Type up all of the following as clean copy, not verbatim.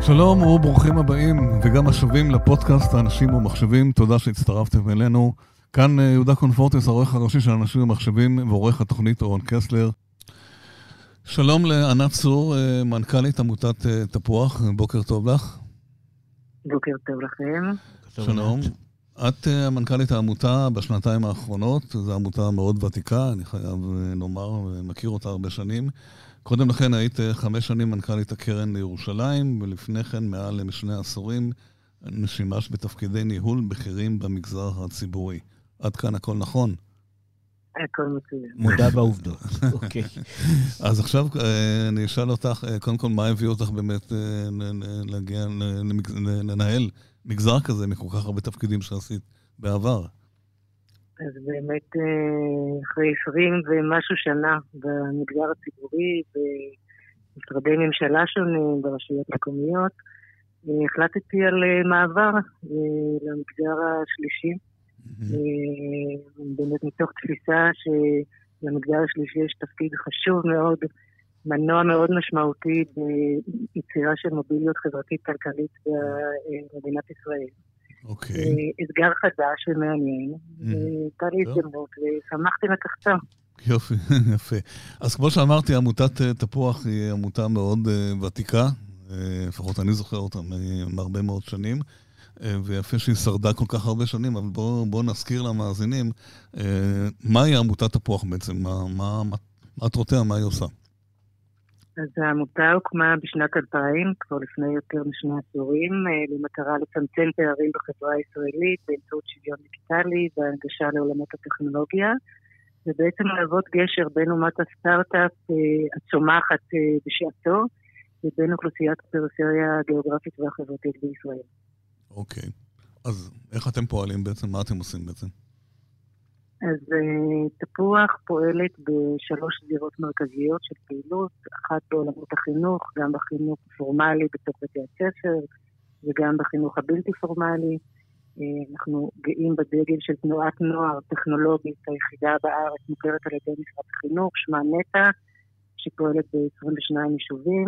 שלום וברוכים הבאים וגם השבים לפודקאסט האנשים ומחשבים. תודה שהצטרפתם אלינו. כאן יהודה קונפורטס, העורך הראשי של אנשים ומחשבים ועורך התוכנית אורן קסלר. שלום לענת צור, מנכ"לית עמותת תפוח, בוקר טוב לך. בוקר טוב לכם. שלום. את מנכ"לית העמותה בשנתיים האחרונות, זו עמותה מאוד ותיקה, אני חייב לומר, מכיר אותה הרבה שנים. קודם לכן היית 5 שנים מנכ"לית הקרן לירושלים, ולפני כן מעל ל2 עשורים שימשת בתפקידי ניהול בכירים במגזר הציבורי. עד כאן הכל נכון? הכל מצוין. מודע בעובדות. אוקיי. אז עכשיו אני אשאל אותך, קודם כל, מה הביא אותך באמת להגיע, לנהל מגזר כזה מכל כך הרבה תפקידים שעשית בעבר? אז באמת אחרי 20 ומשהו שנה במגזר הציבורי, במשרדי ממשלה שונים, ברשויות מקומיות, החלטתי על מעבר למגזר השלישי. באמת מתוך תפיסה שלמגזר השלישי יש תפקיד חשוב מאוד, מנוע מאוד משמעותי ביצירה של מוביליות חברתית-כלכלית במדינת ישראל. אתגר חדש ומעניין, הייתה לי הזדמנות ושמחתי לקחתה. יופי, יפה. אז כמו שאמרתי, עמותת תפוח היא עמותה מאוד ותיקה, לפחות אני זוכר אותה מהרבה מאוד שנים, ויפה שהיא שרדה כל כך הרבה שנים, אבל בואו נזכיר למאזינים, מהי עמותת תפוח בעצם? מה מטרותיה, מה היא עושה? אז העמותה הוקמה בשנת 2000, כבר לפני יותר מ2 עשורים, במטרה לצמצם פערים בחברה הישראלית באמצעות שוויון דיגיטלי והנגשה לעולמות הטכנולוגיה, ובעצם להוות גשר בין אומת הסטארט-אפ הצומחת בשעתו, לבין אוכלוסיית הפריפריה הגיאוגרפית והחברתית בישראל. אוקיי. אז איך אתם פועלים בעצם? מה אתם עושים בעצם? אז תפוח פועלת ב3 זירות מרכזיות של פעילות, אחת בעולמות החינוך, גם בחינוך פורמלי בתוך בתי הספר, וגם בחינוך הבלתי פורמלי. אנחנו גאים בדגל של תנועת נוער טכנולוגית, היחידה בארץ מוכרת על ידי משרד החינוך, שמה נטע, שפועלת ב22 יישובים,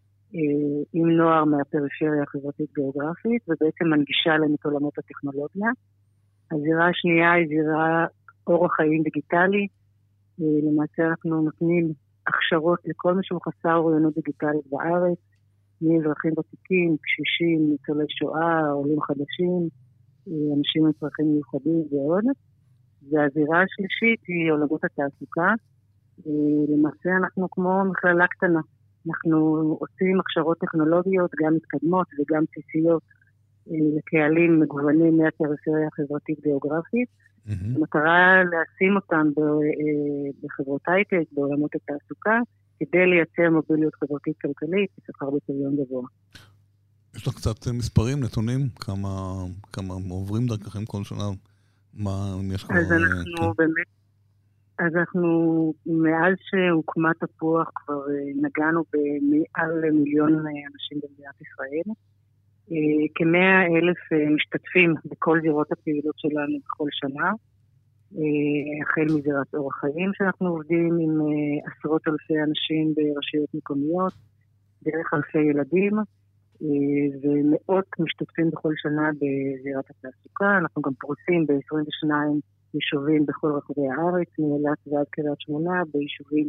עם נוער מהפריפריה החברתית גיאוגרפית, ובעצם מנגישה להם את עולמות הטכנולוגיה. הזירה השנייה היא זירה אורח חיים דיגיטלי. למעשה אנחנו נותנים הכשרות לכל מי שהוא חסר אוריינות דיגיטלית בארץ, מאזרחים ותיקים, קשישים, ניצולי שואה, עולים חדשים, אנשים עם צרכים מיוחדים ועוד. והזירה השלישית היא עולמות התעסוקה. למעשה אנחנו כמו מכללה קטנה. אנחנו עושים הכשרות טכנולוגיות, גם מתקדמות וגם בסיסיות, לקהלים מגוונים מהפריפריה החברתית גיאוגרפית. המטרה לשים אותם בחברות הייטק, בעולמות התעסוקה, כדי לייצר מוביליות חברתית כלכלית בשכר בפריון גבוה. יש לך קצת מספרים, נתונים? כמה עוברים דרככם כל שנה? מה יש כבר? אז אנחנו באמת, אז אנחנו מאז שהוקמה תפוח כבר נגענו במעל 1 מיליון אנשים במדינת ישראל. כ100,000 משתתפים בכל זירות הפעילות שלנו בכל שנה, החל מזירת אורח חיים שאנחנו עובדים עם עשרות אלפי אנשים ברשויות מקומיות, דרך אלפי ילדים, ומאות משתתפים בכל שנה בזירת התעסוקה. אנחנו גם פרוסים ב22 יישובים בכל רחבי הארץ, מאילת ועד קריית שמונה, ביישובים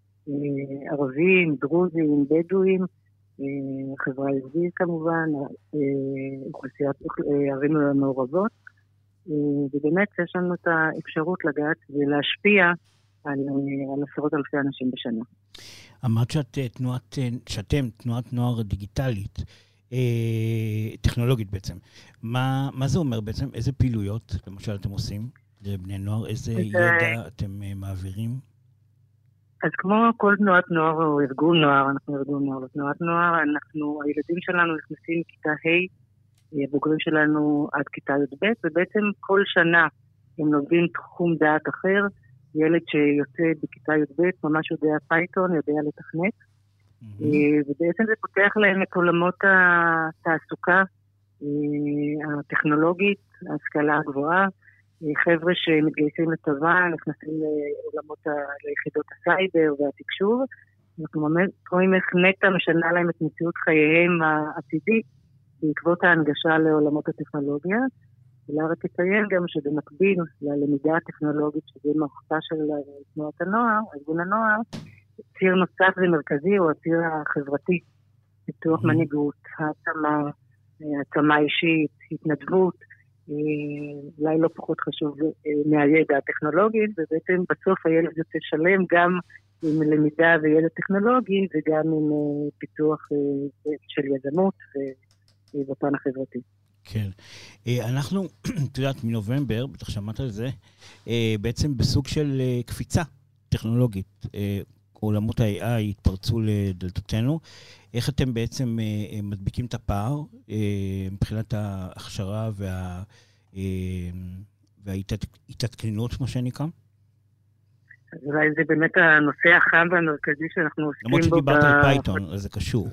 ערבים, דרוזים, בדואים, חברה יהודית כמובן, אוכלוסיית ערים מעורבות, ובאמת יש לנו את האפשרות לגעת ולהשפיע על עשרות אלפי אנשים בשנה. אמרת שאתם תנועת נוער דיגיטלית, טכנולוגית בעצם. מה זה אומר בעצם? איזה פעילויות, למשל, אתם עושים לבני נוער? איזה ידע אתם מעבירים? אז כמו כל תנועת נוער או ארגון נוער, אנחנו ארגון נוער ותנועת נוער, הילדים שלנו נכנסים מכיתה ה', הבוגרים שלנו עד כיתה י"ב, ובעצם כל שנה הם לומדים תחום דעת אחר. ילד שיוצא בכיתה י"ב ממש יודע פייתון, יודע לתכנת, ובעצם זה פותח להם את עולמות התעסוקה הטכנולוגית, ההשכלה הגבוהה. חבר'ה שמתגייסים לצבא, נכנסים לעולמות ליחידות הסייבר והתקשוב, אנחנו רואים איך נטע משנה להם את מציאות חייהם העתידית בעקבות ההנגשה לעולמות הטכנולוגיה. ולהראות לציין גם שבמקביל ללמידה הטכנולוגית שזה מהותה של תנועת הנוער, ארגון הנוער, ציר נוסף ומרכזי הוא הציר החברתי, פיתוח מנהיגות, העצמה אישית, התנדבות, אולי לא פחות חשוב מהידע הטכנולוגי, ובעצם בסוף הילד יוצא שלם גם עם למידה וידע טכנולוגי וגם עם פיתוח של יזמות ובפן החברתי. כן. אנחנו, את יודעת, מנובמבר, בטח שמעת על זה, בעצם בסוג של קפיצה טכנולוגית. עולמות ה-AI התפרצו לדלתותינו. איך אתם בעצם מדביקים את הפער מבחינת ההכשרה וההתעדכנות, מה שנקרא? אז אולי זה באמת הנושא החם והמרכזי שאנחנו עוסקים בו. למרות שדיברת על פייתון, אז זה קשור.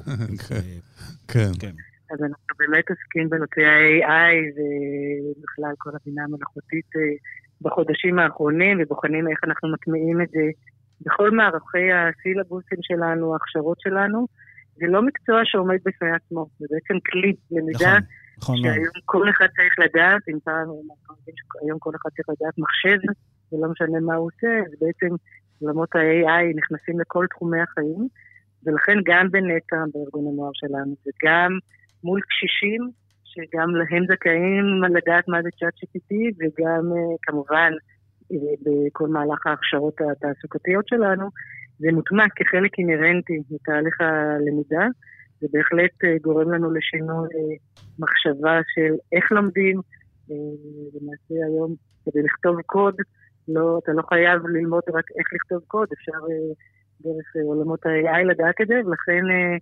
כן. אז אנחנו באמת עוסקים בנושא ה-AI ובכלל כל הבינה המלאכותית בחודשים האחרונים, ובוחנים איך אנחנו מטמיעים את זה בכל מערכי הסילבוסים שלנו, ההכשרות שלנו. זה לא מקצוע שעומד בפני עצמו, זה בעצם כלי למידה, שהיום כל אחד צריך לדעת, אם פעם, היום כל אחד צריך לדעת מחשב, ולא משנה מה הוא עושה, אז בעצם עולמות ה-AI נכנסים לכל תחומי החיים, ולכן גם בנטע, בארגון הנוער שלנו, וגם מול קשישים, שגם להם זכאים לדעת מה זה ChatGPT, וגם כמובן בכל מהלך ההכשרות התעסוקתיות שלנו, זה מוטמע כחלק אינרנטי מתהליך הלמידה, זה בהחלט גורם לנו לשינוי מחשבה של איך לומדים, למעשה היום כדי לכתוב קוד, אתה לא חייב ללמוד רק איך לכתוב קוד, אפשר דרך עולמות ה-AI לדעת את זה, ולכן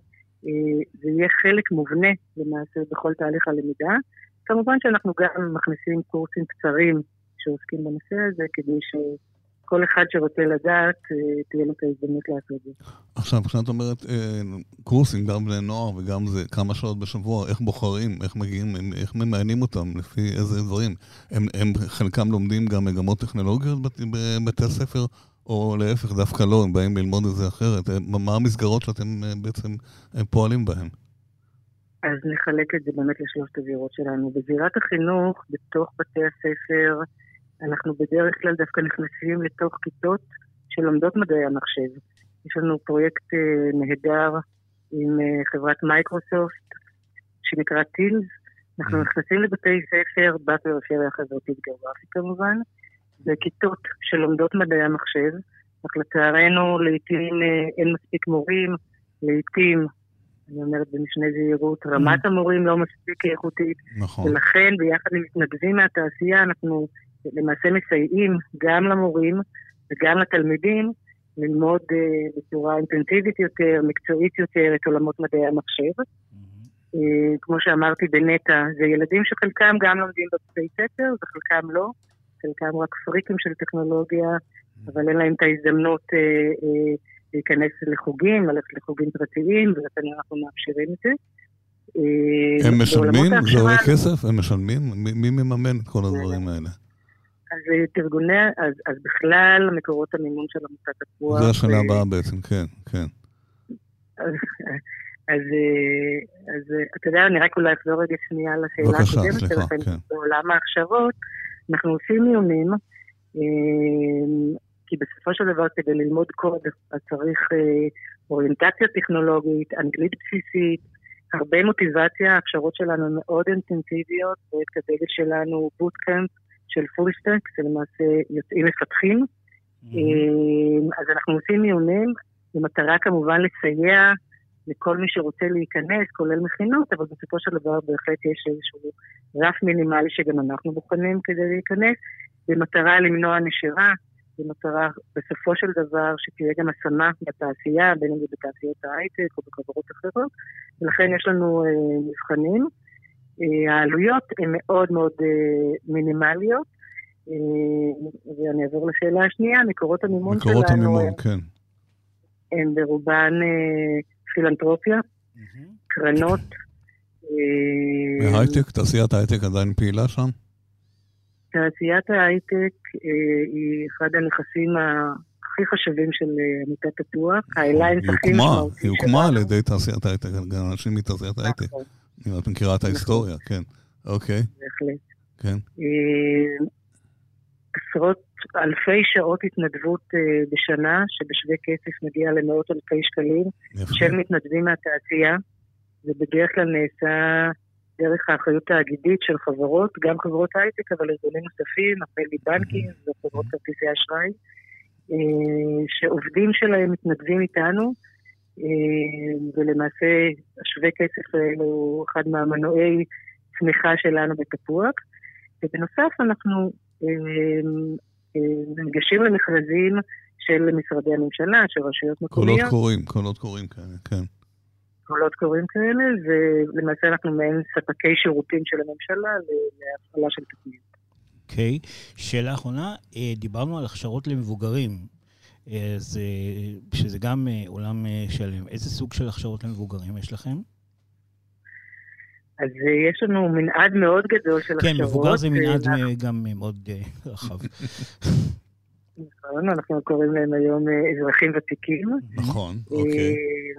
זה יהיה חלק מובנה למעשה בכל תהליך הלמידה. כמובן שאנחנו גם מכניסים קורסים קצרים שעוסקים בנושא הזה, כדי שכל אחד שרוצה לדעת תהיה לו את ההזדמנות לעשות את זה. עכשיו, כשאת אומרת קורסים, גם בני נוער וגם זה כמה שעות בשבוע, איך בוחרים, איך מגיעים, איך ממיינים אותם, לפי איזה דברים? הם חלקם לומדים גם מגמות טכנולוגיות בבתי הספר, או להפך, דווקא לא, הם באים ללמוד את זה אחרת. מה המסגרות שאתם בעצם פועלים בהן? אז נחלק את זה באמת לשלושת הזירות שלנו. בזירת החינוך, בתוך בתי הספר, אנחנו בדרך כלל דווקא נכנסים לתוך כיתות שלומדות מדעי המחשב. יש לנו פרויקט נהדר עם חברת מייקרוסופט, שנקרא טילס. אנחנו נכנסים לבתי ספר בפריפריה החברתית גיאוגרפית כמובן, בכיתות שלומדות מדעי המחשב. רק לצערנו, לעתים אין מספיק מורים, לעתים, אני אומרת במשנה זהירות, רמת המורים לא מספיק איכותית. נכון. ולכן, ביחד עם מתנדבים מהתעשייה, אנחנו למעשה מסייעים גם למורים וגם לתלמידים ללמוד בצורה אינטנסיבית יותר, מקצועית יותר, את עולמות מדעי המחשב. כמו שאמרתי בנטע, זה ילדים שחלקם גם לומדים בבתי ספר, וחלקם לא. חלקם רק פריקים של טכנולוגיה, אבל אין להם את ההזדמנות להיכנס לחוגים, ללכת לחוגים פרטיים, ולכן אנחנו מאפשרים את זה. הם משלמים? זה עולה כסף? הם משלמים? מי מממן את כל הדברים האלה? אז בכלל מקורות המימון של עמותת תפוח. זה השנה הבאה בעצם, כן, כן. אז אתה יודע, אני רק אולי אחזור רגע שנייה לשאלה הקודמת שלכם, בעולם ההכשרות, אנחנו עושים מיונים, כי בסופו של דבר כדי ללמוד קוד, אז צריך אוריינטציה טכנולוגית, אנגלית בסיסית, הרבה מוטיבציה, ההכשרות שלנו מאוד אינטנסיביות, ואת הדגל שלנו בוטקאמפ של פולסטק, שלמעשה יוצאים מפתחים. אז אנחנו עושים מיונים, במטרה כמובן לסייע לכל מי שרוצה להיכנס, כולל מכינות, אבל בסופו של דבר בהחלט יש איזשהו רף מינימלי שגם אנחנו בוחנים כדי להיכנס, במטרה למנוע נשירה, במטרה בסופו של דבר שתהיה גם השמה בתעשייה, בין אם זה בתעשיות ההייטק או בחברות אחרות, ולכן יש לנו מבחנים. העלויות הן מאוד מאוד מינימליות, ואני אעבור לשאלה השנייה, מקורות המימון שלנו. מקורות המימון, כן. הן ברובן פילנטרופיה, קרנות. ההייטק, תעשיית ההייטק עדיין פעילה שם? תעשיית ההייטק היא אחד הנכסים הכי חשובים של עמותת פתוח, האליינס הכי משמעותי שלנו. היא הוקמה על ידי תעשיית ההייטק, גם אנשים מתעשיית ההייטק. אם את מכירה את ההיסטוריה, כן. אוקיי. בהחלט. כן. עשרות אלפי שעות התנדבות בשנה, שבשווה כסף מגיע למאות אלפי שקלים, של מתנדבים מהתעשייה, ובדרך כלל נעשה דרך האחריות האגידית של חברות, גם חברות הייטק, אבל ארגונים נוספים, הפלי בנקים וחברות כרטיסי אשראי, שעובדים שלהם מתנדבים איתנו, ולמעשה השווה כסף הוא אחד מהמנועי צמיחה שלנו בתפוח, ובנוסף אנחנו ניגשים למכרזים של משרדי הממשלה, של רשויות מקומיות. קולות קוראים כאלה, כן. קולות קוראים כאלה, ולמעשה אנחנו מעין ספקי שירותים של הממשלה להפעלה של תוכניות. אוקיי. שאלה אחרונה, דיברנו על הכשרות למבוגרים, שזה גם עולם שלם. איזה סוג של הכשרות למבוגרים יש לכם? אז יש לנו מנעד מאוד גדול של הכשרות. כן, מבוגר זה מנעד גם מאוד רחב. נכון, אנחנו קוראים להם היום אזרחים ותיקים. נכון, אוקיי.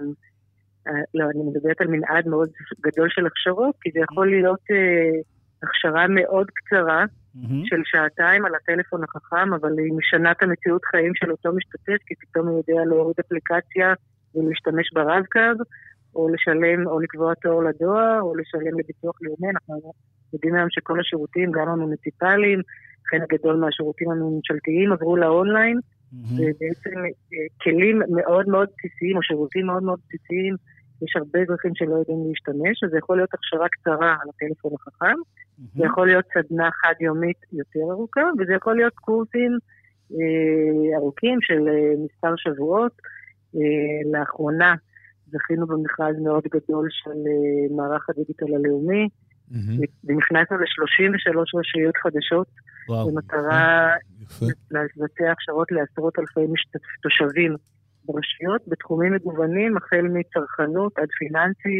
לא, אני מדברת על מנעד מאוד גדול של הכשרות, כי זה יכול להיות הכשרה מאוד קצרה, של שעתיים על הטלפון החכם, אבל היא משנה את המציאות חיים של אותו משתתף, כי פתאום הוא יודע להוריד אפליקציה ולהשתמש ברב-קו, או לשלם, או לקבוע תור לדואר, או לשלם לביטוח לאומי. אנחנו יודעים היום שכל השירותים, גם המוניציפליים, חלק גדול מהשירותים הממשלתיים עברו לאונליין, ובעצם כלים מאוד מאוד בסיסיים, או שירותים מאוד מאוד בסיסיים, יש הרבה אזרחים שלא יודעים להשתמש, אז זה יכול להיות הכשרה קצרה על הטלפון החכם, זה יכול להיות סדנה חד-יומית יותר ארוכה, וזה יכול להיות קורסים ארוכים של מספר שבועות. לאחרונה זכינו במכרז מאוד גדול של מערך הדיגיטל הלאומי, ונכנסנו ל-33 רשויות חדשות, במטרה לבצע הכשרות לעשרות אלפי תושבים ברשויות, בתחומים מגוונים, החל מצרכנות עד פיננסים,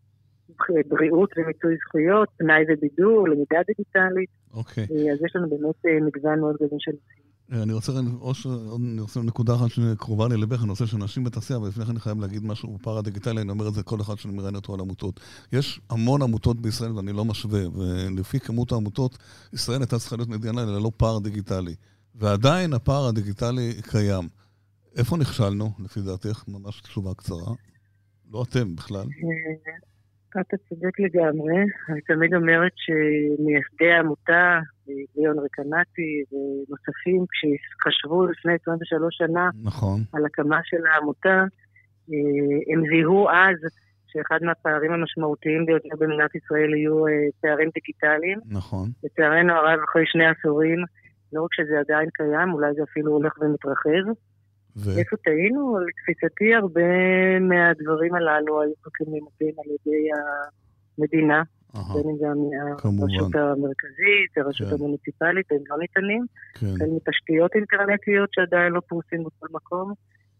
בריאות ומיצוי זכויות, פנאי ובידור, למידה דיגיטלית. אז יש לנו באמת מגוון מאוד גדול של נושאים. אני רוצה נקודה אחת שקרובה לי לבך, הנושא של נשים בתעשייה, ולפני כן אני חייב להגיד משהו פארה-דיגיטלי, אני אומר את זה כל אחד שאני מראיין אותו על עמותות. יש המון עמותות בישראל ואני לא משווה, ולפי כמות העמותות, ישראל הייתה צריכה להיות מדינה ללא פער דיגיטלי. ועדיין הפער הדיגיטלי קיים. איפה נכשלנו, לפי דעתך? ממש תשובה קצרה. לא אתם בכלל. אתה צודק לגמרי. אני תמיד אומרת שמייסדי העמותה, ליאון רקנטי ונוספים, כשחשבו לפני 23 שנה על הקמה של העמותה, הם זיהו אז שאחד מהפערים המשמעותיים ביותר במדינת ישראל יהיו פערים דיגיטליים. נכון. לצערנו הרב אחרי 2 עשורים, לא רק שזה עדיין קיים, אולי זה אפילו הולך ומתרחב. איפה טעינו? לתפיסתי הרבה מהדברים הללו היו חוקרים על ידי המדינה, בין אם זה הרשות המרכזית, הרשות המוניציפלית, הם לא ניתנים, חלק מתשתיות אינטרנטיות שעדיין לא פרוסים בכל מקום,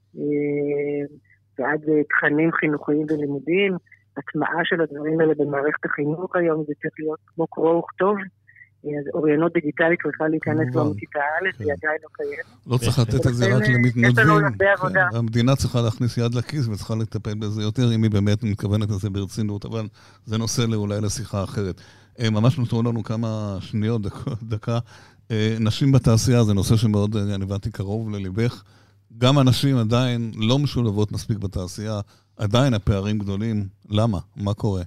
ועד תכנים חינוכיים ולימודיים, הטמעה של הדברים האלה במערכת החינוך היום, זה צריך להיות כמו קרוא וכתוב, אז אוריינות דיגיטלית צריכה להיכנס באוניברסיטה א', והיא עדיין לא קיימת. לא צריך לתת את זה רק למתנדבים. המדינה צריכה להכניס יד לכיס וצריכה לטפל בזה יותר, אם היא באמת מתכוונת לזה ברצינות, אבל זה נושא אולי לשיחה אחרת. ממש נותרו לנו כמה שניות, דקה. נשים בתעשייה זה נושא שמאוד, אני הבנתי, קרוב לליבך. גם הנשים עדיין לא משולבות מספיק בתעשייה, עדיין הפערים גדולים. למה? מה קורה?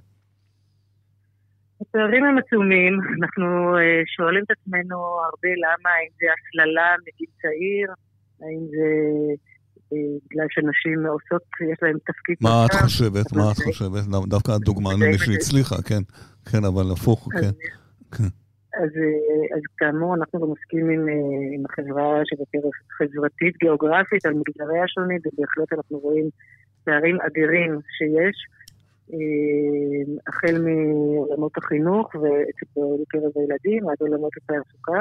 הפערים הם עצומים, אנחנו שואלים את עצמנו הרבה למה, האם זה הסללה מגיל צעיר, האם זה בגלל שנשים עושות, יש להם תפקיד... מה את חושבת? מה את חושבת? דווקא הדוגמה מישהי הצליחה, כן, כן, אבל הפוך, כן. אז כאמור, אנחנו גם מסכימים עם החברה חברתית, גיאוגרפית, על מגזרי השונים, ובהחלט אנחנו רואים פערים אדירים שיש, החל מעולמות החינוך ובקרב הילדים עד עולמות התעסוקה.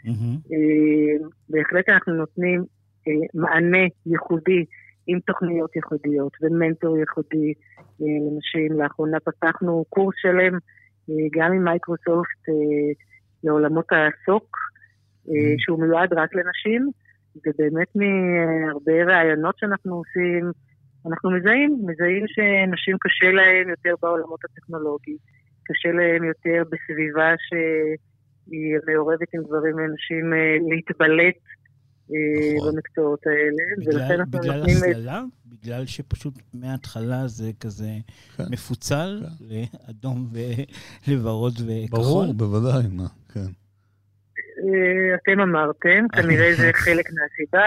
בהחלט אנחנו נותנים מענה ייחודי עם תוכניות ייחודיות ומנטור ייחודי לנשים. לאחרונה פתחנו קורס שלם גם עם מייקרוסופט לעולמות הסוק שהוא מיועד רק לנשים, ובאמת מהרבה רעיונות שאנחנו עושים, אנחנו מזהים שנשים קשה להם יותר בעולמות הטכנולוגיים, קשה להם יותר בסביבה שהיא מעורבת עם גברים ונשים להתבלט במקצועות האלה. בגלל הסללה? בגלל שפשוט מההתחלה זה כזה מפוצל לאדום ולוורוד וכחול? ברור, בוודאי, כן. אתם אמרתם, כנראה זה חלק מהסיבה.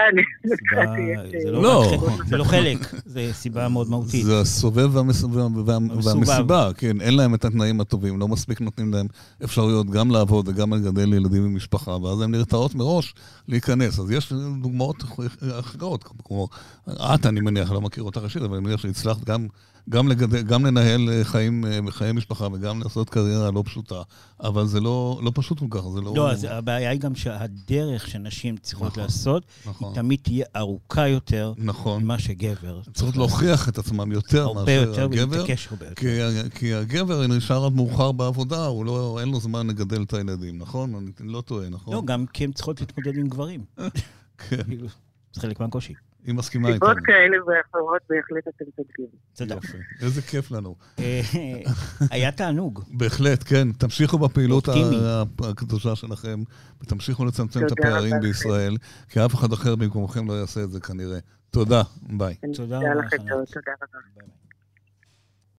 זה לא חלק, זה סיבה מאוד מהותית. זה הסובב והמסיבה, כן, אין להם את התנאים הטובים, לא מספיק נותנים להם אפשרויות גם לעבוד וגם לגדל ילדים במשפחה, ואז הם נרתעות מראש להיכנס. אז יש דוגמאות אחרות, כמו אני מניח, לא מכיר אותה ראשית, אבל אני מניח שהצלחת גם לנהל חיי משפחה וגם לעשות קריירה לא פשוטה, אבל זה לא פשוט כל כך, זה לא... לא, אז הבעיה היא גם שהדרך שנשים צריכות לעשות, היא תמיד תהיה ארוכה יותר ממה שגבר. צריך להוכיח את עצמם יותר מאשר הגבר, כי הגבר נשאר עד מאוחר בעבודה, אין לו זמן לגדל את הילדים, נכון? אני לא טועה, נכון? לא, גם כי הם צריכות להתמודד עם גברים. כן. זה חלק מהקושי. היא מסכימה איתנו. סיבות כאלה ואחרות בהחלט אתם צודקים. תודה. איזה כיף לנו. היה תענוג. בהחלט, כן. תמשיכו בפעילות הקדושה שלכם, ותמשיכו לצמצם את הפערים בישראל, כי אף אחד אחר במקומכם לא יעשה את זה כנראה. תודה, ביי. תודה לכם, תודה רבה.